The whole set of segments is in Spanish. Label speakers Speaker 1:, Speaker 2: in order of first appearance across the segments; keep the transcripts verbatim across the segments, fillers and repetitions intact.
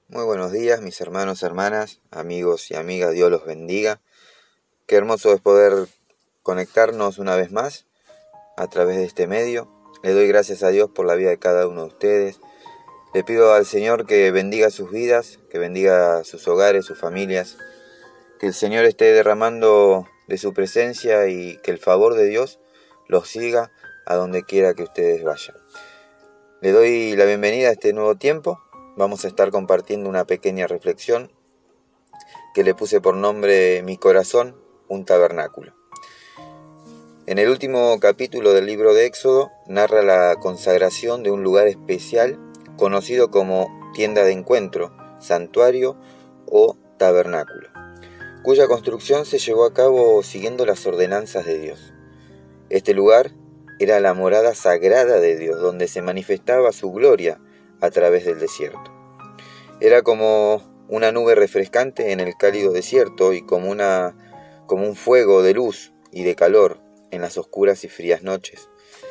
Speaker 1: Muy buenos días, mis hermanos, hermanas, amigos y amigas, Dios los bendiga. Qué hermoso es poder conectarnos una vez más a través de este medio. Le doy gracias a Dios por la vida de cada uno de ustedes. Le pido al Señor que bendiga sus vidas, que bendiga sus hogares, sus familias, que el Señor esté derramando de su presencia y que el favor de Dios los siga a donde quiera que ustedes vayan. Le doy la bienvenida a este nuevo tiempo. Vamos a estar compartiendo una pequeña reflexión que le puse por nombre Mi corazón, un tabernáculo. En el último capítulo del libro de Éxodo narra la consagración de un lugar especial conocido como tienda de encuentro, santuario o tabernáculo, cuya construcción se llevó a cabo siguiendo las ordenanzas de Dios. Este lugar era la morada sagrada de Dios, donde se manifestaba su gloria a través del desierto. Era como una nube refrescante en el cálido desierto y como, una, como un fuego de luz y de calor en las oscuras y frías noches.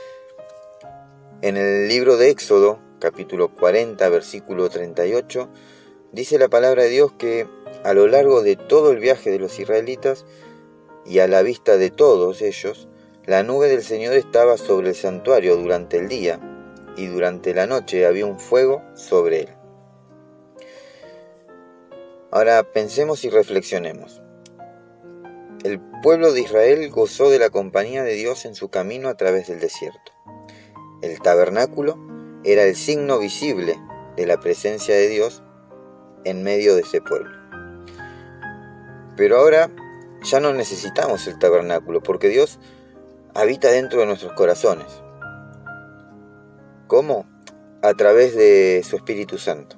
Speaker 1: En el libro de Éxodo, capítulo cuarenta, versículo treinta y ocho, dice la palabra de Dios que a lo largo de todo el viaje de los israelitas y a la vista de todos ellos, la nube del Señor estaba sobre el santuario durante el día y durante la noche había un fuego sobre él. Ahora pensemos y reflexionemos. El pueblo de Israel gozó de la compañía de Dios en su camino a través del desierto. El tabernáculo era el signo visible de la presencia de Dios en medio de ese pueblo. Pero ahora ya no necesitamos el tabernáculo porque Dios habita dentro de nuestros corazones. ¿Cómo? A través de su Espíritu Santo.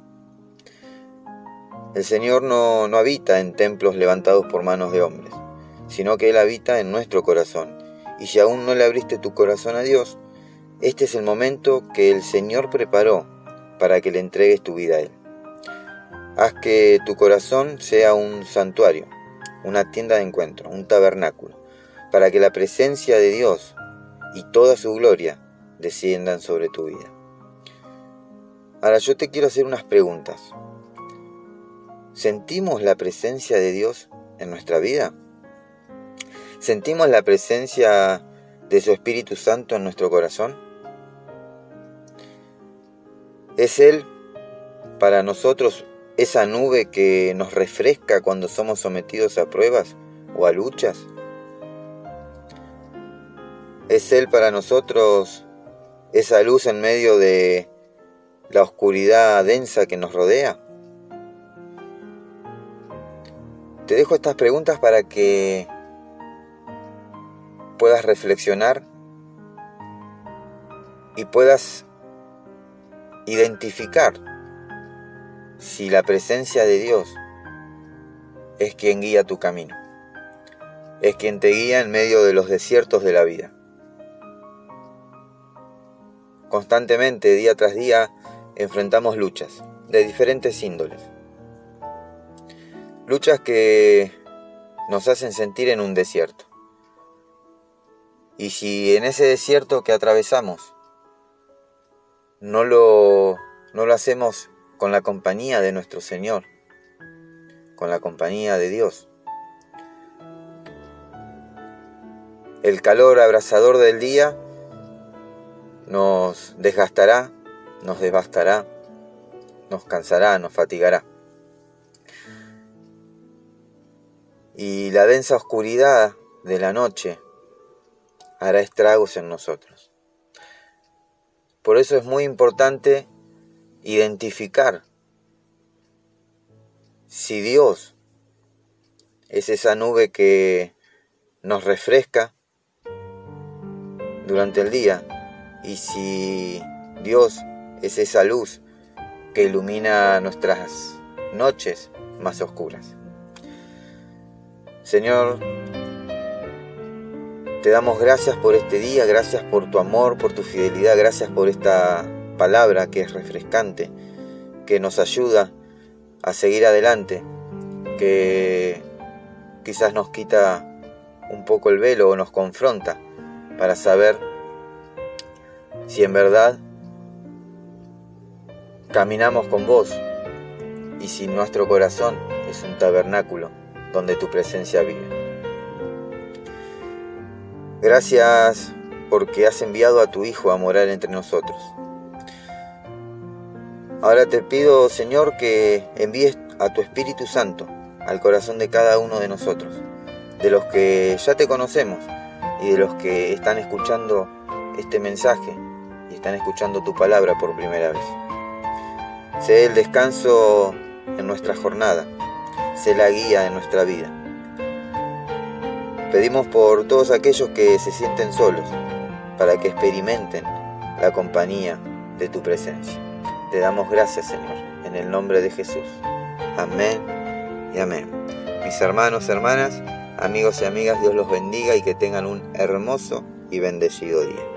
Speaker 1: El Señor no, no habita en templos levantados por manos de hombres, sino que Él habita en nuestro corazón. Y si aún no le abriste tu corazón a Dios, este es el momento que el Señor preparó para que le entregues tu vida a Él. Haz que tu corazón sea un santuario, una tienda de encuentro, un tabernáculo, para que la presencia de Dios y toda su gloria desciendan sobre tu vida. Ahora yo te quiero hacer unas preguntas. ¿Sentimos la presencia de Dios en nuestra vida? ¿Sentimos la presencia de su Espíritu Santo en nuestro corazón? ¿Es Él para nosotros esa nube que nos refresca cuando somos sometidos a pruebas o a luchas? ¿Es Él para nosotros esa luz en medio de la oscuridad densa que nos rodea? Te dejo estas preguntas para que puedas reflexionar y puedas identificar si la presencia de Dios es quien guía tu camino, es quien te guía en medio de los desiertos de la vida. Constantemente, día tras día, enfrentamos luchas de diferentes índoles. Luchas que nos hacen sentir en un desierto. Y si en ese desierto que atravesamos no lo, no lo hacemos con la compañía de nuestro Señor, con la compañía de Dios, el calor abrasador del día nos desgastará, nos devastará, nos cansará, nos fatigará. Y la densa oscuridad de la noche hará estragos en nosotros. Por eso es muy importante identificar si Dios es esa nube que nos refresca durante el día y si Dios es esa luz que ilumina nuestras noches más oscuras. Señor, te damos gracias por este día, gracias por tu amor, por tu fidelidad, gracias por esta palabra que es refrescante, que nos ayuda a seguir adelante, que quizás nos quita un poco el velo o nos confronta para saber si en verdad caminamos con vos y si nuestro corazón es un tabernáculo donde tu presencia vive. Gracias porque has enviado a tu Hijo a morar entre nosotros. Ahora te pido, Señor, que envíes a tu Espíritu Santo al corazón de cada uno de nosotros, de los que ya te conocemos y de los que están escuchando este mensaje y están escuchando tu palabra por primera vez. Sé el descanso en nuestra jornada, sé la guía en nuestra vida. Pedimos por todos aquellos que se sienten solos, para que experimenten la compañía de tu presencia. Te damos gracias, Señor, en el nombre de Jesús. Amén y amén. Mis hermanos, hermanas, amigos y amigas, Dios los bendiga y que tengan un hermoso y bendecido día.